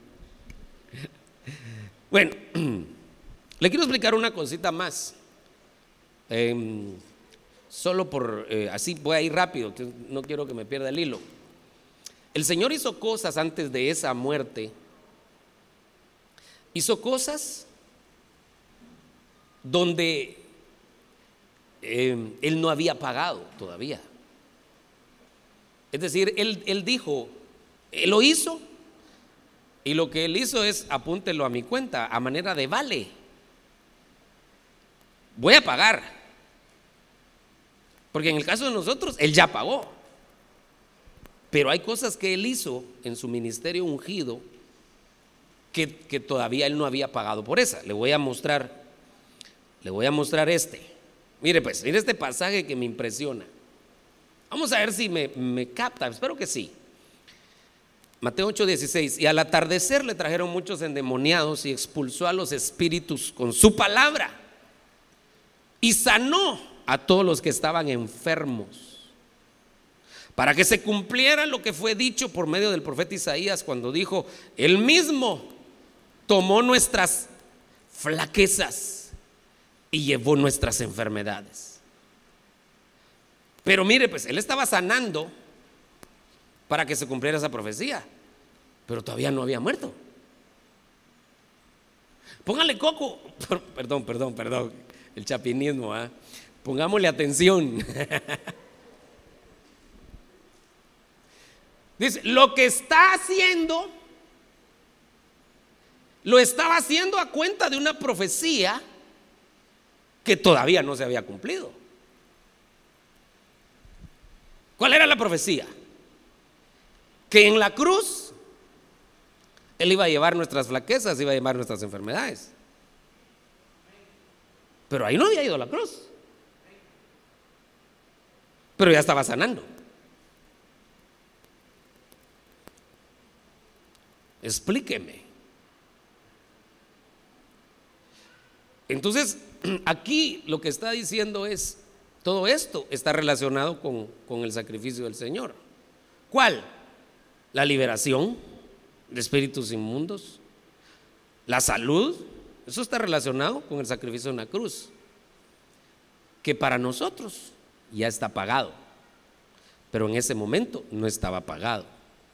Bueno, le quiero explicar una cosita más. Solo por así voy a ir rápido, que no quiero que me pierda el hilo. El Señor hizo cosas antes de esa muerte. Hizo cosas donde Él no había pagado todavía. Es decir, Él dijo, Él lo hizo, y lo que Él hizo es, apúntelo a mi cuenta, a manera de vale. Voy a pagar. Porque en el caso de nosotros, Él ya pagó. Pero hay cosas que Él hizo en su ministerio ungido que todavía Él no había pagado por esa. Le voy a mostrar este. Mire pues, mire este pasaje que me impresiona. Vamos a ver si me capta, espero que sí. Mateo 8:16. Y al atardecer le trajeron muchos endemoniados y expulsó a los espíritus con su palabra y sanó a todos los que estaban enfermos, para que se cumpliera lo que fue dicho por medio del profeta Isaías cuando dijo: Él mismo tomó nuestras flaquezas y llevó nuestras enfermedades. Pero mire pues, Él estaba sanando para que se cumpliera esa profecía, pero todavía no había muerto. Póngale coco, perdón, el chapinismo, pongámosle atención. Dice, lo que está haciendo, lo estaba haciendo a cuenta de una profecía que todavía no se había cumplido. ¿Cuál era la profecía? Que en la cruz Él iba a llevar nuestras flaquezas, iba a llevar nuestras enfermedades. Pero ahí no había ido a la cruz, pero ya estaba sanando. Explíqueme. Entonces, aquí lo que está diciendo es, todo esto está relacionado con el sacrificio del Señor. ¿Cuál? La liberación de espíritus inmundos, la salud. Eso está relacionado con el sacrificio en la cruz, que para nosotros ya está pagado, pero en ese momento no estaba pagado.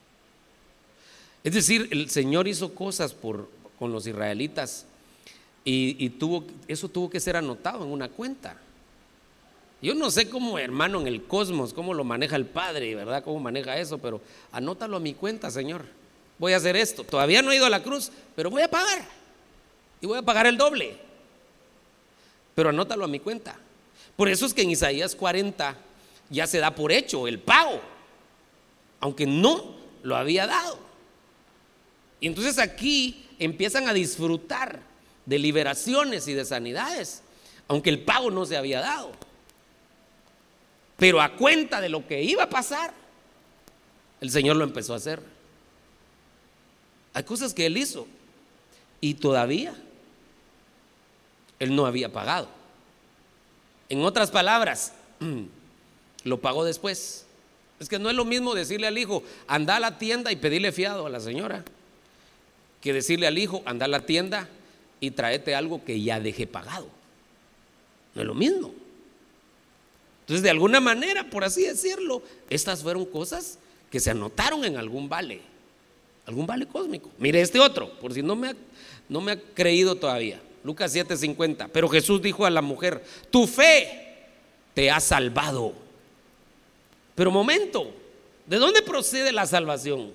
Es decir, el Señor hizo cosas con los israelitas y eso tuvo que ser anotado en una cuenta. Yo no sé cómo, hermano, en el cosmos, cómo lo maneja el Padre, ¿verdad? Cómo maneja eso, pero anótalo a mi cuenta, Señor. Voy a hacer esto. Todavía no he ido a la cruz, pero voy a pagar. Y voy a pagar el doble. Pero anótalo a mi cuenta. Por eso es que en Isaías 40 ya se da por hecho el pago, aunque no lo había dado. Y entonces aquí empiezan a disfrutar de liberaciones y de sanidades, aunque el pago no se había dado. Pero a cuenta de lo que iba a pasar, el Señor lo empezó a hacer. Hay cosas que Él hizo y todavía Él no había pagado. En otras palabras, lo pagó después. Es que no es lo mismo decirle al hijo, anda a la tienda y pedirle fiado a la señora, que decirle al hijo, anda a la tienda y tráete algo que ya dejé pagado. No es lo mismo. Entonces, de alguna manera, por así decirlo, estas fueron cosas que se anotaron en algún vale cósmico. Mire este otro, por si no me ha creído todavía. Lucas 7:50. Pero Jesús dijo a la mujer: tu fe te ha salvado. Pero momento, ¿de dónde procede la salvación?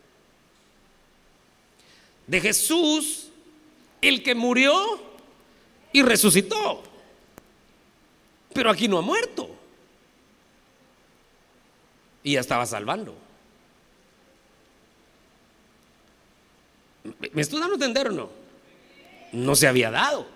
De Jesús, el que murió y resucitó. Pero aquí no ha muerto y ya estaba salvando. ¿Me estoy dando a entender o no? No se había dado.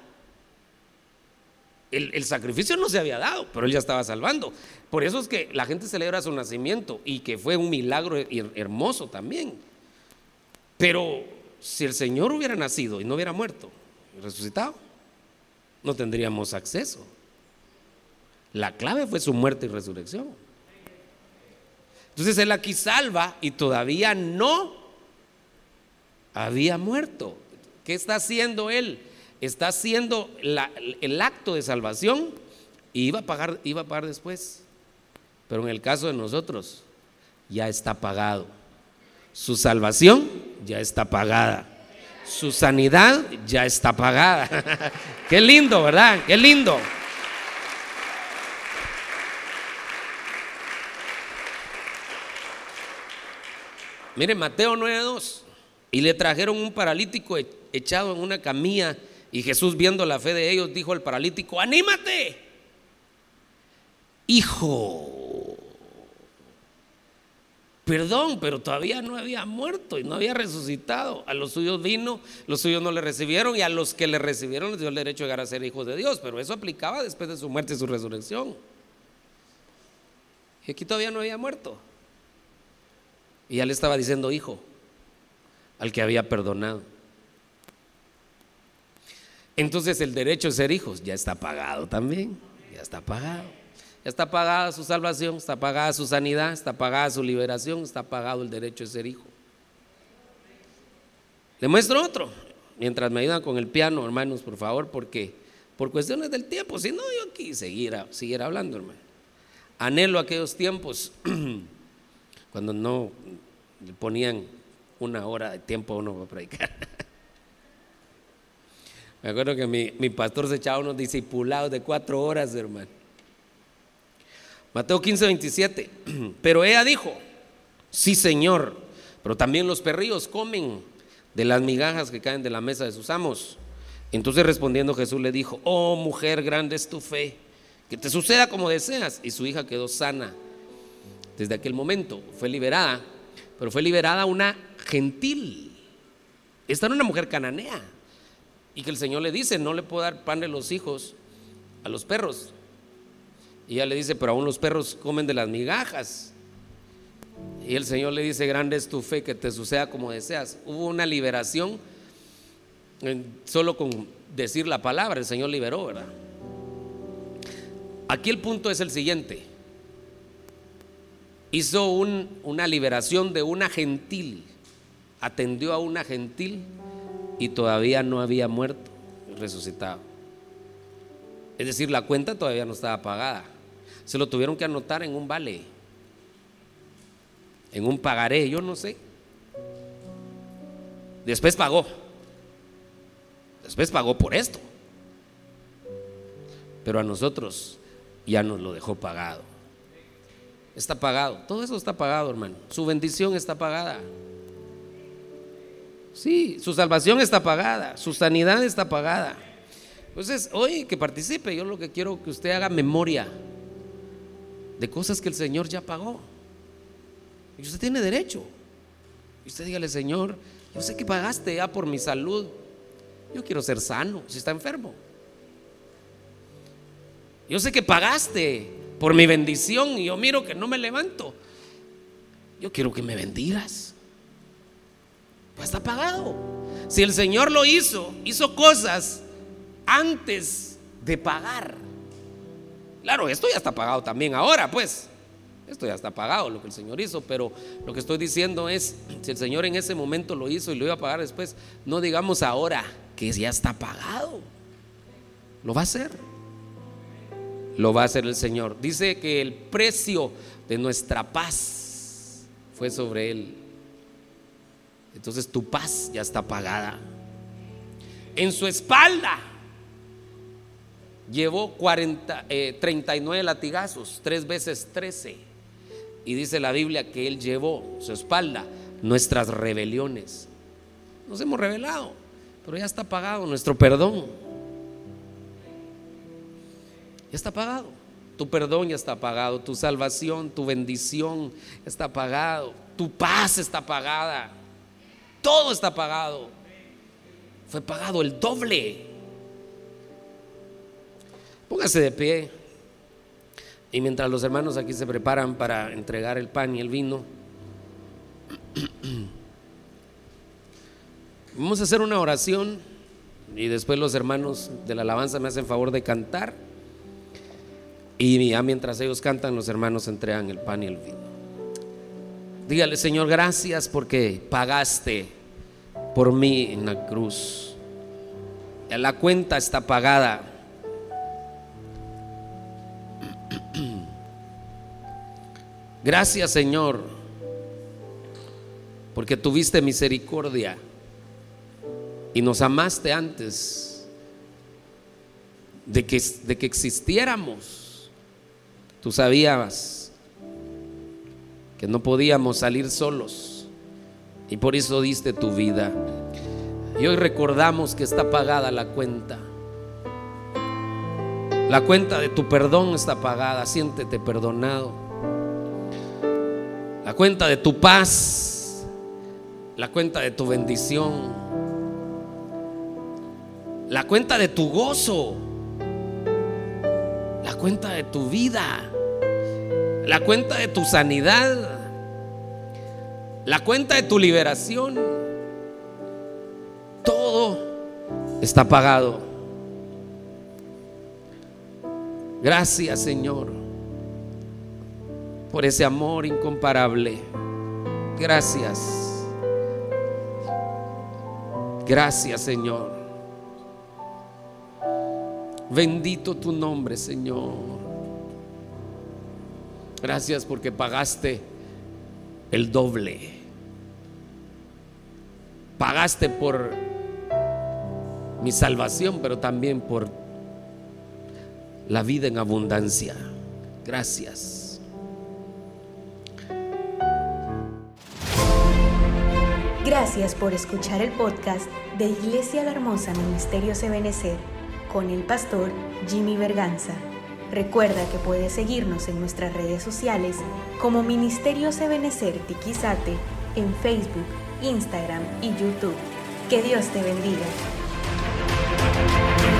El sacrificio no se había dado, pero Él ya estaba salvando. Por eso es que la gente celebra su nacimiento y que fue un milagro hermoso también. Pero si el Señor hubiera nacido y no hubiera muerto y resucitado, no tendríamos acceso. La clave fue su muerte y resurrección. Entonces él aquí salva y todavía no había muerto. ¿Qué está haciendo él? Está haciendo el acto de salvación y iba a pagar después. Pero en el caso de nosotros, ya está pagado. Su salvación ya está pagada. Su sanidad ya está pagada. Qué lindo, ¿verdad? Qué lindo. Mire, Mateo 9:2. Y le trajeron un paralítico echado en una camilla, y Jesús, viendo la fe de ellos, dijo al paralítico: anímate, hijo. Perdón, pero todavía no había muerto y no había resucitado. A los suyos vino, los suyos no le recibieron, y a los que le recibieron les dio el derecho de llegar a ser hijos de Dios. Pero eso aplicaba después de su muerte y su resurrección. Y aquí todavía no había muerto. Y ya le estaba diciendo hijo al que había perdonado. Entonces el derecho de ser hijos ya está pagado también. Ya está pagado. Ya está pagada su salvación, está pagada su sanidad, está pagada su liberación, está pagado el derecho de ser hijo. Le muestro otro, mientras me ayudan con el piano, hermanos, por favor, porque por cuestiones del tiempo, si no, yo aquí siguiera hablando, hermano. Anhelo aquellos tiempos cuando no le ponían 1 hora de tiempo a uno para predicar. Me acuerdo que mi pastor se echaba unos discipulados de 4 horas, hermano. Mateo 15:27. Pero ella dijo: sí, Señor, pero también los perrillos comen de las migajas que caen de la mesa de sus amos. Entonces respondiendo Jesús le dijo: oh mujer, grande es tu fe, que te suceda como deseas. Y su hija quedó sana. Desde aquel momento fue liberada, pero fue liberada una gentil. Esta era una mujer cananea, y que el Señor le dice: no le puedo dar pan de los hijos a los perros. Y ella le dice: pero aún los perros comen de las migajas. Y el Señor le dice: grande es tu fe, que te suceda como deseas. Hubo una liberación solo con decir la palabra. El Señor liberó, ¿verdad? Aquí el punto es el siguiente: hizo una liberación de una gentil, atendió a una gentil y todavía no había muerto, resucitado. Es decir, la cuenta todavía no estaba pagada. Se lo tuvieron que anotar en un vale, en un pagaré, yo no sé. Después pagó por esto, pero a nosotros ya nos lo dejó pagado. Está pagado, todo eso está pagado, hermano. Su bendición está pagada. Sí, su salvación está pagada, su sanidad está pagada. Entonces, hoy que participe, yo lo que quiero que usted haga memoria de cosas que el Señor ya pagó. Y usted tiene derecho. Y usted dígale: Señor, yo sé que pagaste ya por mi salud. Yo quiero ser sano si está enfermo. Yo sé que pagaste por mi bendición y yo miro que no me levanto. Yo quiero que me bendigas. Pues está pagado. Si el Señor lo hizo cosas antes de pagar. Claro, esto ya está pagado también ahora, pues. Esto ya está pagado, lo que el Señor hizo. Pero lo que estoy diciendo es: si el Señor en ese momento lo hizo y lo iba a pagar después, no digamos ahora que ya está pagado. Lo va a hacer. Lo va a hacer el Señor. Dice que el precio de nuestra paz fue sobre Él. Entonces tu paz ya está pagada. En su espalda llevó 39 latigazos, 3 veces 13. Y dice la Biblia que Él llevó su espalda nuestras rebeliones. Nos hemos rebelado, pero ya está pagado nuestro perdón. Ya está pagado. Tu perdón ya está pagado. Tu salvación, tu bendición está pagado. Tu paz está pagada. Todo está pagado. Fue pagado el doble. Póngase de pie. Y mientras los hermanos aquí se preparan para entregar el pan y el vino, vamos a hacer una oración. Y después los hermanos de la alabanza me hacen favor de cantar. Y ya mientras ellos cantan, los hermanos entregan el pan y el vino. Dígale: Señor, gracias porque pagaste por mí en la cruz. La cuenta está pagada. Gracias, Señor, porque tuviste misericordia y nos amaste antes de que existiéramos. Tú sabías que no podíamos salir solos y por eso diste tu vida. Y hoy recordamos que está pagada la cuenta. La cuenta de tu perdón está pagada. Siéntete perdonado. La cuenta de tu paz, la cuenta de tu bendición, la cuenta de tu gozo, la cuenta de tu vida, la cuenta de tu sanidad, la cuenta de tu liberación. Todo está pagado. Gracias, Señor, por ese amor incomparable. Gracias. Gracias, Señor. Bendito tu nombre, Señor. Gracias porque pagaste el doble. Pagaste por mi salvación, pero también por la vida en abundancia. Gracias. Gracias por escuchar el podcast de Iglesia La Hermosa Ministerios Ebenecer con el pastor Jimmy Berganza. Recuerda que puedes seguirnos en nuestras redes sociales como Ministerios Ebenecer Tiquizate en Facebook, Instagram y YouTube. Que Dios te bendiga.